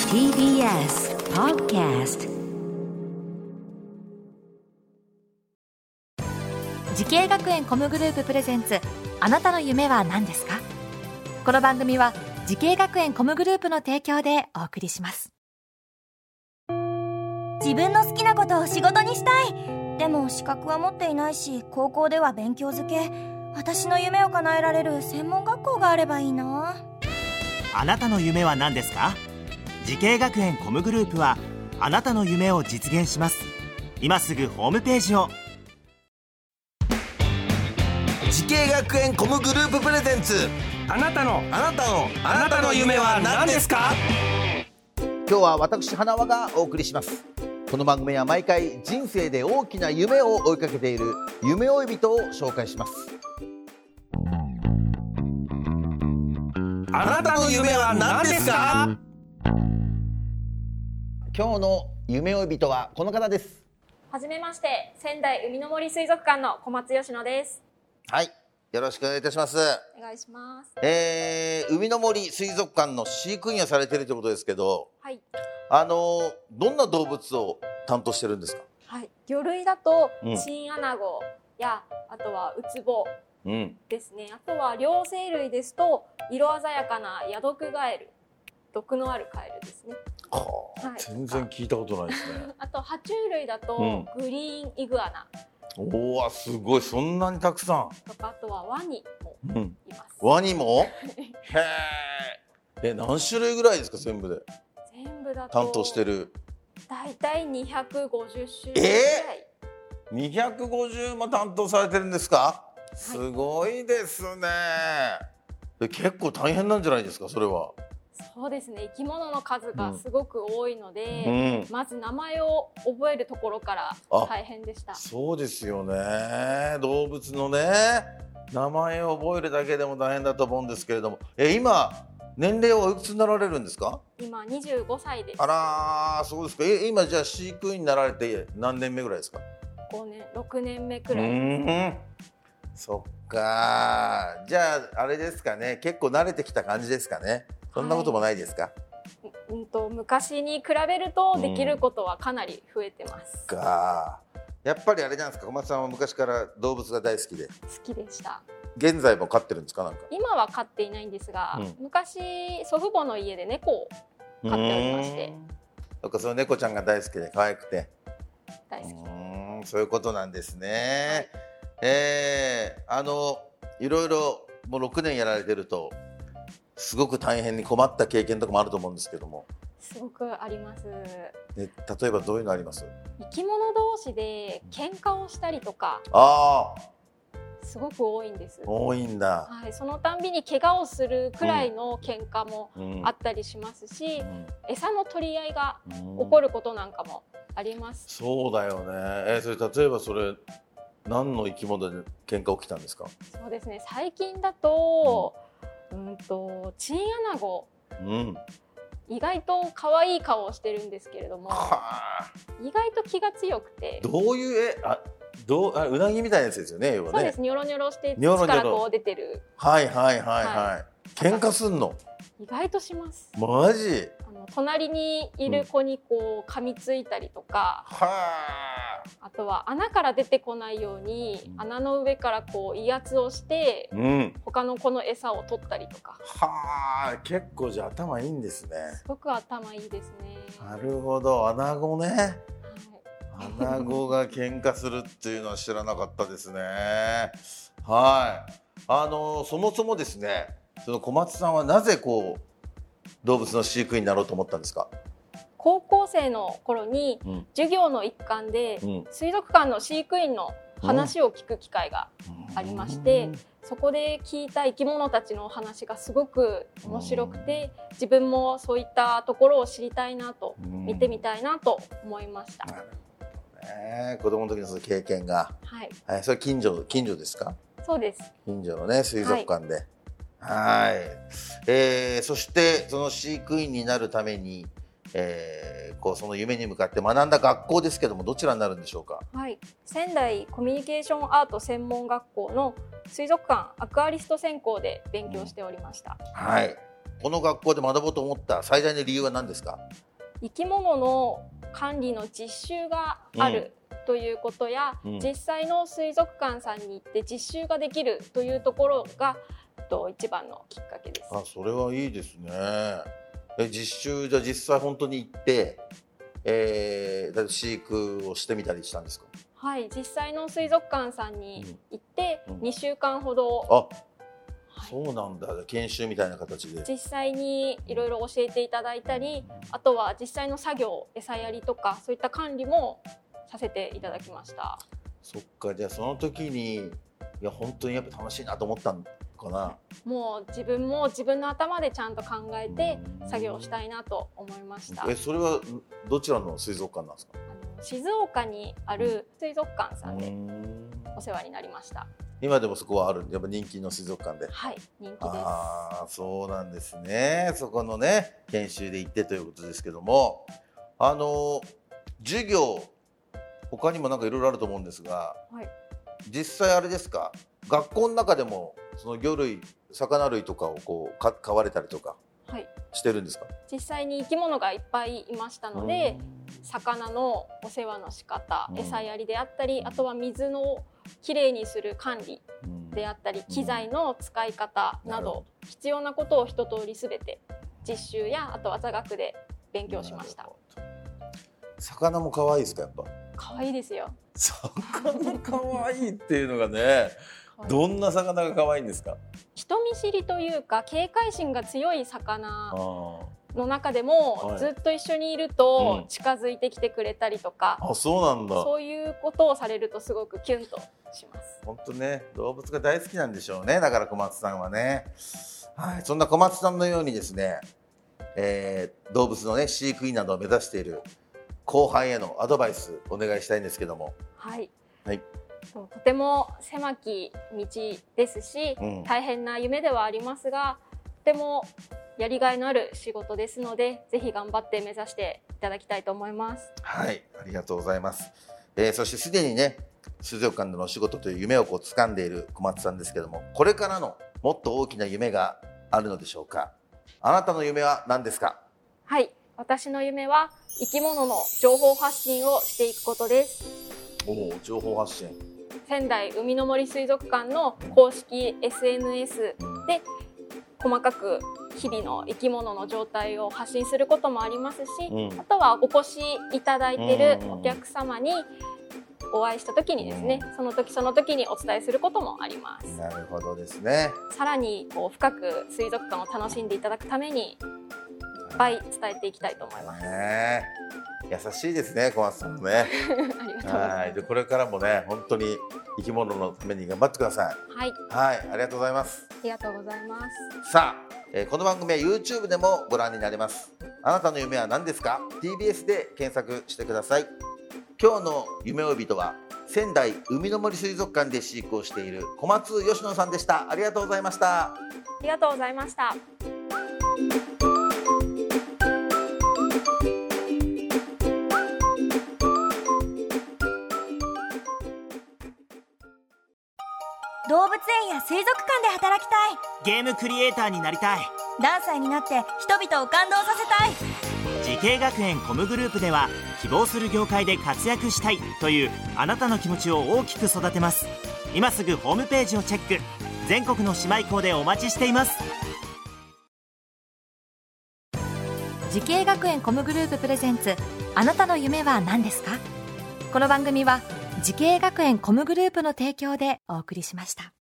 TBS Podcast。 時系学園コムグループプレゼンツ、あなたの夢は何ですか？この番組は時系学園コムグループの提供でお送りします。 自分の好きなことを仕事にしたい。でも資格は持っていないし、高校では勉強づけ。私の夢を叶えられる専門学校があればいいな。 あなたの夢は何ですか？時系学園コムグループはあなたの夢を実現します。今すぐホームページを。 時系学園コムグループプレゼンツ、 あなたの夢は何ですか？ 今日は私花輪がお送りします。この番組は毎回人生で大きな夢を追いかけている夢追い人を紹介します。 あなたの夢は何ですか？ 今日の夢追い人はこの方です。 はじめまして、仙台海の森水族館の小松佳乃です。 はい、よろしくお願いいたします。 お願いします。 海の森水族館の飼育員をされているということですけど、 はい、 どんな動物を担当してるんですか？ はい、魚類だとチンアナゴや、あとはウツボですね。あとは両生類ですと色鮮やかなヤドクガエル、毒のあるカエルですね。 はい、全然聞いたことないですね。 あと爬虫類だとグリーンイグアナ、 おー、すごい、そんなにたくさんとか、あとはワニもいます。 ワニもへー、何種類ぐらいですか？全部で全部だと担当してる。 だいたい250種類ぐらい。 250も担当されてるんですか？すごいですね。結構大変なんじゃないですか？それは。 そうですね、生き物の数がすごく多いので、まず名前を覚えるところから大変でした。 そうですよね。動物のね、名前を覚えるだけでも大変だと思うんですけれども、今年齢はおいくつになられるんですか？ 今25歳です。 あらー、そうですか。今じゃあ飼育員になられて何年目ぐらいですか ？5年6年目くらいです。 そっか。じゃああれですかね、結構慣れてきた感じですかね。そんなこともないですか？ 昔に比べるとできることはかなり増えてます。 やっぱりあれなんですか？小松さんは昔から動物が大好きで。 好きでした。 現在も飼ってるんですか？なんか今は飼っていないんですが、昔祖父母の家で猫を飼っておりまして、 その猫ちゃんが大好きで可愛くて大好き。 そういうことなんですね。いろいろもう6年やられてるとすごく大変に困った経験とかもあると思うんですけども。 すごくあります。 例えばどういうのあります？ 生き物同士で喧嘩をしたりとか、すごく多いんです。 多いんだ。 はい、そのたんびに怪我をするくらいの喧嘩もあったりしますし、餌の取り合いが起こることなんかもあります。 そうだよね。それ例えばそれ何の生き物で喧嘩起きたんですか？ そうですね、最近だと、チンアナゴ、意外と可愛い顔をしてるんですけれども、意外と気が強くて。 どういううなぎみたいなやつですよね。要はね。 そうです。ニョロニョロして土からこう出てる。 はいはいはいはい。喧嘩すんの？ 意外とします。 マジ？ 隣にいる子にこう噛みついたりとか、あとは穴から出てこないように穴の上からこう威圧をして、他の子の餌を取ったりとか。 結構じゃあ頭いいんですね。すごく頭いいですね。 なるほど。穴子ね。穴子が喧嘩するっていうのは知らなかったですね。はい。そもそもですね、その小松さんはなぜこう動物の飼育員になろうと思ったんですか？ 高校生の頃に授業の一環で水族館の飼育員の話を聞く機会がありまして、そこで聞いた生き物たちのお話がすごく面白くて、自分もそういったところを知りたいなと、見てみたいなと思いました。 子供の時のその経験が、それ近所ですか？ そうです。 近所のね水族館で。そしてその飼育員になるために、その夢に向かって学んだ学校ですけども、どちらになるんでしょうか？ はい、仙台コミュニケーションアート専門学校の水族館アクアリスト専攻で勉強しておりました。 この学校で学ぼうと思った最大の理由は何ですか？ 生き物の管理の実習があるということや、実際の水族館さんに行って実習ができるというところが一番のきっかけです。 それはいいですね。実習じゃ実際本当に行って、飼育をしてみたりしたんですか？はい、 実際の水族館さんに行って2週間ほど、 そうなんだ。研修みたいな形で実際にいろいろ教えていただいたり、あとは実際の作業、餌やりとかそういった管理もさせていただきました。 そっか。じゃあその時にいや本当にやっぱ楽しいなと思ったのかな。 もう自分も自分の頭でちゃんと考えて作業したいなと思いました。 それはどちらの水族館なんですか？ 静岡にある水族館さんでお世話になりました。 今でもそこはある、やっぱ人気の水族館で。 はい、人気です。 そうなんですね。そこのね研修で行ってということですけども、授業他にもなんかいろいろあると思うんですが、実際あれですか、学校の中でもその魚類、魚類とかをこう飼われたりとかしてるんですか？ 実際に生き物がいっぱいいましたので、魚のお世話の仕方、餌やりであったり、あとは水のきれいにする管理であったり、機材の使い方など必要なことを一通りすべて実習やあとは座学で勉強しました。 魚も可愛いですか？やっぱ可愛いですよ。 魚可愛いっていうのがね、どんな魚が可愛いんですか？ 人見知りというか警戒心が強い魚の中でも、ずっと一緒にいると近づいてきてくれたりとか、 そうなんだ。 そういうことをされるとすごくキュンとします。 本当ね、動物が大好きなんでしょうね。だから小松さんはね、そんな小松さんのようにですね、動物のね飼育員などを目指している後輩へのアドバイスお願いしたいんですけども。とても狭き道ですし、大変な夢ではありますが、とてもやりがいのある仕事ですので、ぜひ頑張って目指していただきたいと思います。 はい、ありがとうございます。そしてすでにね水族館でのお仕事という夢を掴んでいる小松さんですけども、これからのもっと大きな夢があるのでしょうか？あなたの夢は何ですか？ はい、私の夢は生き物の情報発信をしていくことです。 情報発信。 仙台海の森水族館の公式 SNS で細かく日々の生き物の状態を発信することもありますし、あとはお越しいただいているお客様にお会いした時にですね、その時その時にお伝えすることもあります。 なるほどですね。 さらに深く水族館を楽しんでいただくためにいっぱい伝えていきたいと思います。 優しいですね、小松さんもね。 ありがとうございます。 これからもね本当に生き物のために頑張ってください。ありがとうございます。 ありがとうございます。 さあ、この番組は YouTube でもご覧になれます。あなたの夢は何ですか？ TBS で検索してください。今日の夢追い人は仙台海の森水族館で飼育をしている小松佳乃さんでした。ありがとうございました。 ありがとうございました。 動物園や水族館で働きたい。 ゲームクリエイターになりたい。 何歳になって人々を感動させたい。 時系学園コムグループでは希望する業界で活躍したいというあなたの気持ちを大きく育てます。今すぐホームページをチェック。全国の姉妹校でお待ちしています。 時系学園コムグループプレゼンツ、あなたの夢は何ですか？この番組は時系学園コムグループの提供でお送りしました。